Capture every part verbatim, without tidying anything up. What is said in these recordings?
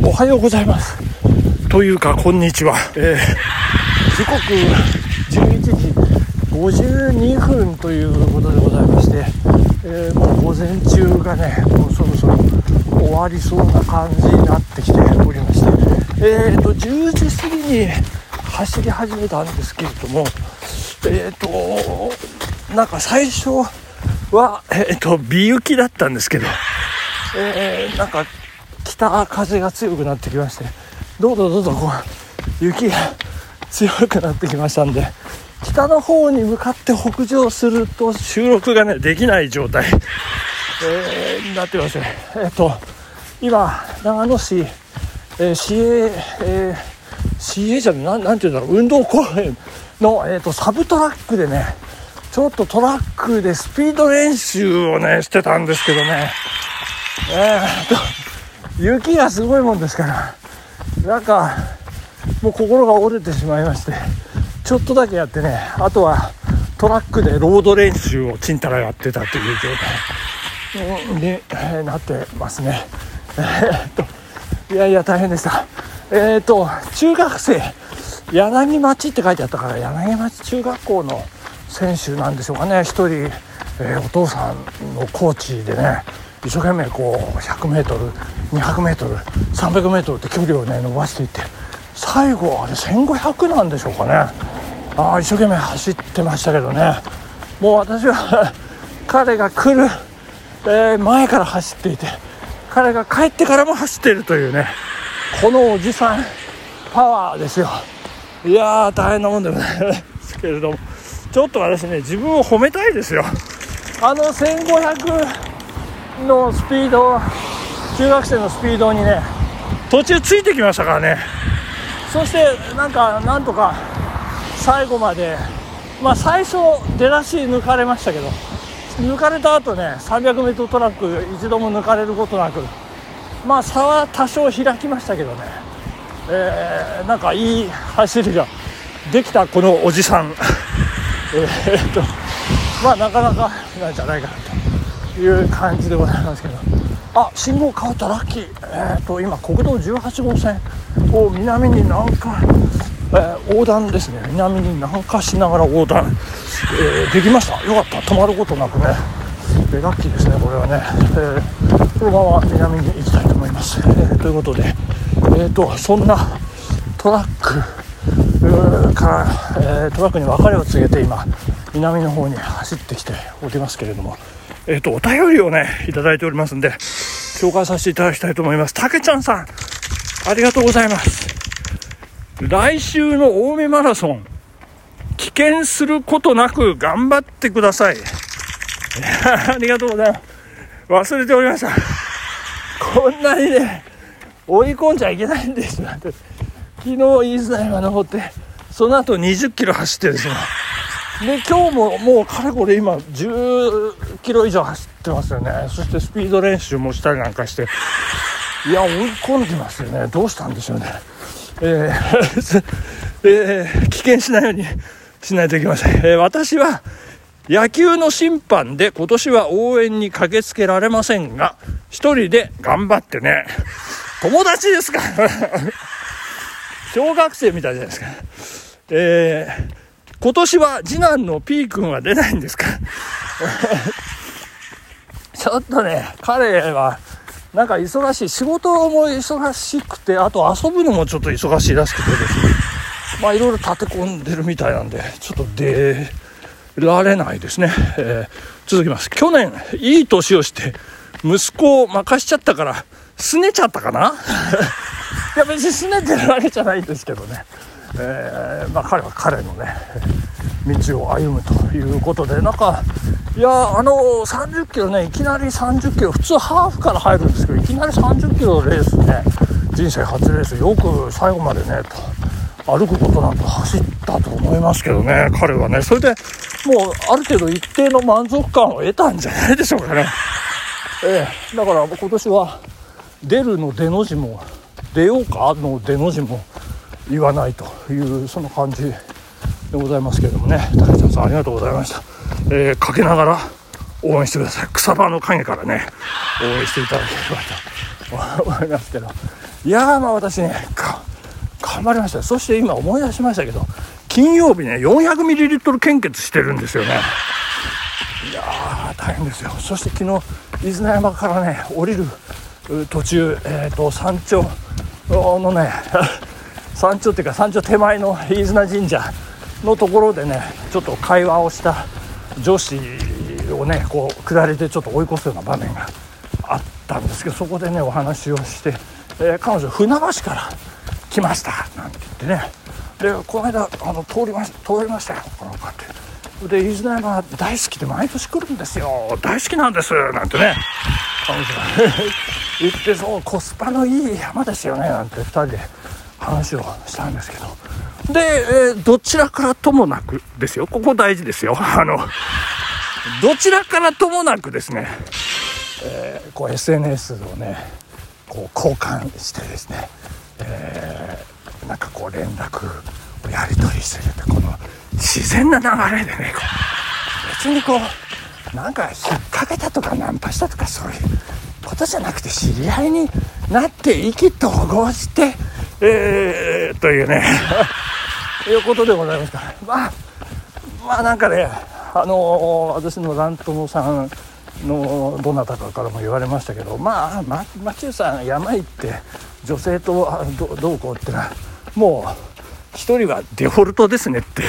おはようございますというかこんにちは、えー、時刻じゅういちじごじゅうにふんということでございまして、えー、もう午前中がねもうそろそろ終わりそうな感じになってきておりまして、えーとじゅうじ過ぎに走り始めたんですけれども、えーとなんか最初はえーと微雪だったんですけど、えー、なんか北風が強くなってきまして、どうぞどうぞこう雪が強くなってきましたんで、北の方に向かって北上すると収録がねできない状態、えー、になってますね。えっと今長野市、えー、市営、えー、市営じゃないな、なんていうんだろう、運動公園の、えー、とサブトラックでねちょっとトラックでスピード練習をねしてたんですけどね、えー、と雪がすごいもんですからなんかもう心が折れてしまいまして、ちょっとだけやってね、あとはトラックでロード練習をちんたらやってたという状態に、えー、なってますね。えー、っといやいや大変でした。えー、っと中学生柳町って書いてあったから柳町中学校の選手なんでしょうかね。一人、えー、お父さんのコーチでね一生懸命こうひゃくメートル、にひゃくメートル、さんびゃくメートルって距離をね伸ばしていって、最後あれせんごひゃくなんでしょうかね。あ一生懸命走ってましたけどね、もう私は彼が来る、えー、前から走っていて、彼が帰ってからも走っているというね、このおじさんパワーですよ。いやー大変なもんでございますけれども、ちょっと私ね自分を褒めたいですよ。あのせんごひゃくのスピード、中学生のスピードにね途中ついてきましたからね。そしてなんかなんとか最後まで、まあ最初出だし抜かれましたけど、抜かれた後ね さんびゃくメートル トラック一度も抜かれることなく、まあ差は多少開きましたけどね、えー、なんかいい走りができたこのおじさんえーっとまあなかなかなんじゃないかなという感じでございますけど、あ信号変わったラッキー。えーっと今国道じゅうはちごうせんを南に南下、えー、横断ですね、南に南下しながら横断、えー、できました。よかった、止まることなくね、えー、ラッキーですねこれはね、えー、このまま南に行きたいと思います、えー、ということで、えーとそんなトラックから、えー、トラックに別れを告げて今南の方に走ってきておりますけれども、えーとお便りをねいただいておりますんで紹介させていただきたいと思います。たけちゃんさんありがとうございます。来週の青梅マラソン棄権することなく頑張ってください。ありがとうございます。忘れておりました。こんなにね追い込んじゃいけないんですよ。昨日飯綱山登ってその後にじゅっキロ走ってですね、で今日ももうかれこれ今じゅっキロ以上走ってますよね。そしてスピード練習もしたりなんかして、いや追い込んでますよね。どうしたんでしょうね。えーえー、危険しないようにしないといけません。えー、私は野球の審判で今年は応援に駆けつけられませんが一人で頑張ってね。友達ですか小学生みたいじゃないですか。えー、今年は次男の P 君は出ないんですかちょっとね彼はなんか忙しい、仕事も忙しくて、あと遊ぶのもちょっと忙しいらしくてですね、まあいろいろ立て込んでるみたいなんでちょっと出られないですね。えー、続きます。去年いい年をして息子を任しちゃったから拗ねちゃったかないや別に拗ねてるわけじゃないんですけどね、えー、まあ彼は彼のね道を歩むということで、なんかいやあのさんじゅっキロねいきなりさんじゅっキロ、普通ハーフから入るんですけどいきなりさんじゅっキロレースね、人生初レースよく最後までね歩くことなく走ったと思いますけどね、彼はね。それでもうある程度一定の満足感を得たんじゃないでしょうかね。えー、だから今年は出るの出の字も出ようかの出の字も言わないというその感じでございますけれどもね。竹ちゃんさんありがとうございました。えー、かけながら応援してください。草場の陰からね応援していただければと思いますけど、 いやーまあ私ねか頑張りました。そして今思い出しましたけど、金曜日ね よんひゃくミリリットル 献血してるんですよね。いやー大変ですよ。そして昨日伊豆山からね降りる途中、えーと山頂のね山頂っていうか山頂手前の飯綱神社のところでねちょっと会話をした女子をねこう下りでちょっと追い越すような場面があったんですけど、そこでねお話をして、えー、彼女船橋から来ましたなんて言ってね、でこの間あの通りました通りましたよこの子ってで飯綱山大好きで毎年来るんですよ大好きなんですなんてね彼女が言って、そうコスパのいい山ですよねなんてふたりで話をしたんですけど、で、えー、どちらからともなくですよ、ここ大事ですよ、あのどちらからともなくですね、えー、こう エスエヌエス をねこう交換してですね、えー、なんかこう連絡をやり取りするってこの自然な流れでねこう別にこうなんか引っ掛けたとかナンパしたとかそういうことじゃなくて知り合いになって意気投合してえー、というねいうことでございますから、まあまあなんかねあのー、私の乱友さんのどなたかからも言われましたけど、まあマチューさん山行って女性とど, どうこうってのはもう一人はデフォルトですねって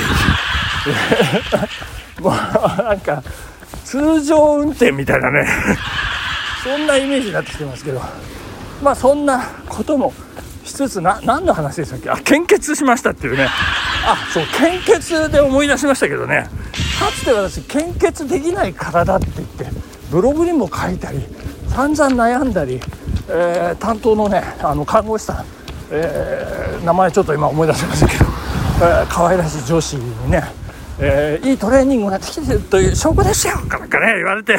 もうなんか通常運転みたいなねそんなイメージになってきてますけど、まあそんなこともしつつな何の話でしたっけ、あ献血しましたっていうね、あそう献血で思い出しましたけどね、かつて私献血できない体って言ってブログにも書いたり散々悩んだり、えー、担当のねあの看護師さん、えー、名前ちょっと今思い出せませんけど、えー、可愛らしい女子にね、えー、いいトレーニングができてるという証拠ですよかなんかね言われて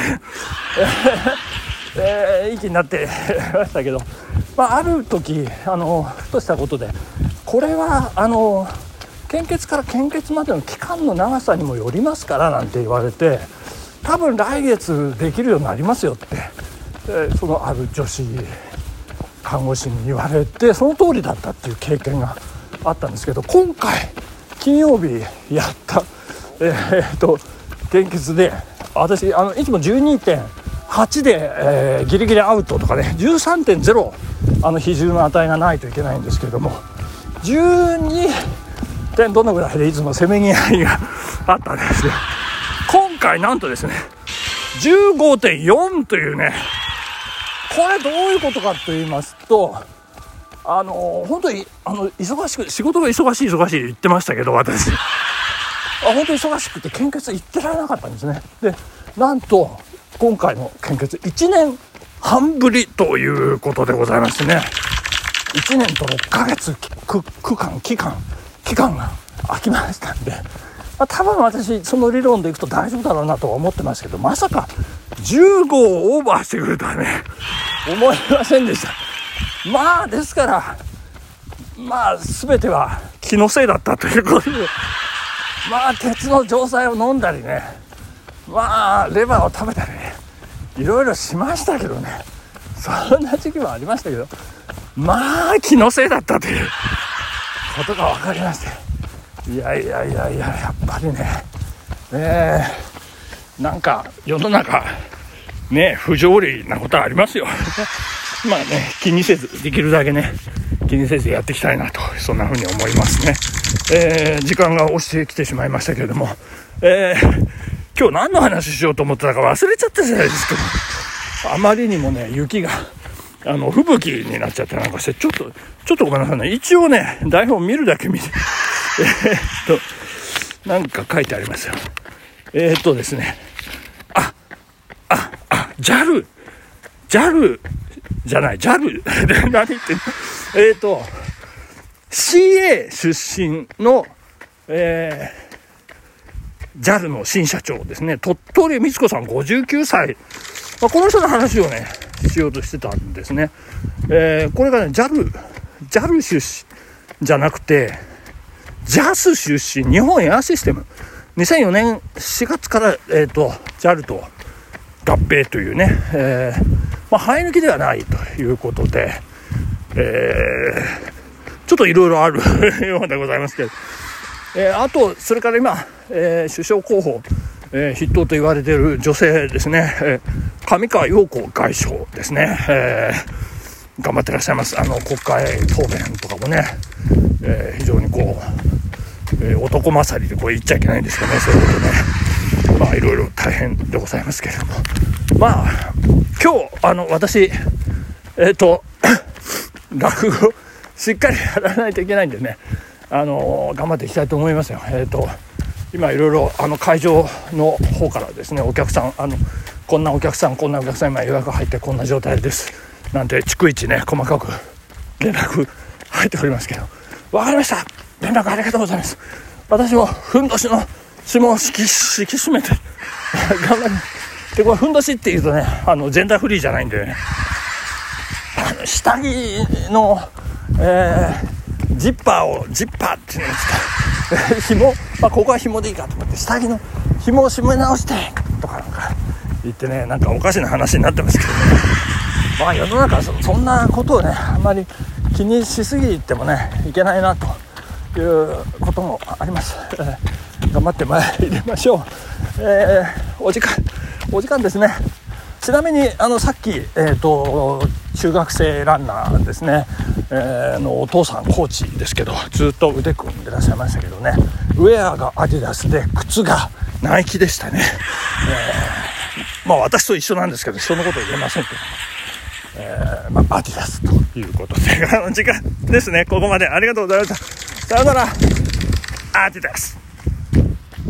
えー、いい気になってましたけど、まあ、ある時あのふとしたことでこれはあの献血から献血までの期間の長さにもよりますからなんて言われて、多分来月できるようになりますよって、えー、そのある女子看護師に言われてその通りだったっていう経験があったんですけど、今回金曜日やった、えー、と献血で私あのいつも じゅうにてんはち で、えー、ギリギリアウトとかね じゅうさんてんゼロ あの比重の値がないといけないんですけれども じゅうにてんどのぐらいでいつもせめぎ合いがあったんですよ。今回なんとですね じゅうごてんよん というね、これどういうことかと言いますと、あのー、本当にあの忙しく仕事が忙しい忙しい言ってましたけど私あ本当に忙しくて献血行ってられなかったんですね。でなんと今回の献血いちねんはんぶりということでございましてね、いちねんとろっかげつ区間期間期間が空きましたんで、まあ、多分私その理論でいくと大丈夫だろうなとは思ってますけど、まさかじゅうごをオーバーしてくるとはね思いませんでした。まあですからまあ全ては気のせいだったということで、まあ鉄の錠剤を飲んだりね、まあレバーを食べたりねいろいろしましたけどね、そんな時期もありましたけど、まあ気のせいだったということが分かりまして、いやいやいやいややっぱりね、えー、なんか世の中ね不条理なことはありますよまあね気にせずできるだけね気にせずやっていきたいなと、そんな風に思いますね。えー、時間が押してきてしまいましたけれども、えー今日何の話しようと思ってたか忘れちゃったじゃないですか。あまりにもね雪があの吹雪になっちゃってなんかしてちょっとちょっとごめんなさいね、一応ね台本見るだけ見てえー、っとなんか書いてありますよ。えー、っとですねあああ ジャル ジャル じゃない ジャル 何言ってんのえー、っと シーエー 出身のえージャル の新社長ですね、鳥取光子さんごじゅうきゅうさい、まあ、この人の話をねしようとしてたんですね。えー、これがね ジャル ジャル 出身じゃなくて ジャス 出身、日本エアシステムにせんよねんしがつから、えー、と ジャル と合併というね、えーまあ、生え抜きではないということで、 えー、ちょっといろいろあるようでございますけど、えー、あとそれから今、えー、首相候補、えー、筆頭と言われている女性ですね、えー、上川陽子外相ですね、えー、頑張ってらっしゃいます。あの国会答弁とかもね、えー、非常にこう、えー、男勝りでこう言っちゃいけないんですかね、そういうことね、まあいろいろ大変でございますけれども、まあ今日あの私えっ、ー、と落語しっかりやらないといけないんでね、あのー、頑張っていきたいと思いますよ。えっ、ー、と今いろいろあの会場の方からですね、お客さんあのこんなお客さんこんなお客さん今予約入ってこんな状態ですなんて逐一ね細かく連絡入っておりますけど、わかりました、連絡ありがとうございます。私もふんどしの紐を引き締めて頑張りで、これふんどしっていうとね、あのジェンダーフリーじゃないんでね、あの下着の、えー、ジッパーをジッパーっていうのを使う紐、まあ、ここは紐でいいかと思って下着の紐を締め直してとかなんか言ってね、なんかおかしな話になってますけどね、まあ世の中 そ, そんなことをねあんまり気にしすぎてもねいけないなということもあります、えー、頑張ってまいりましょう。えー、お時間お時間ですね。ちなみにあのさっき、えー、と中学生ランナーですね、えー、のお父さんコーチですけど、ずっと腕組んでらっしゃいましたけどね、ウェアがアディダスで靴がナイキでしたね、えー、まあ私と一緒なんですけど人のこと言えませんけど、えーまあ、アディダスということであの時間ですね。ここまでありがとうございました。さようなら。アディダス。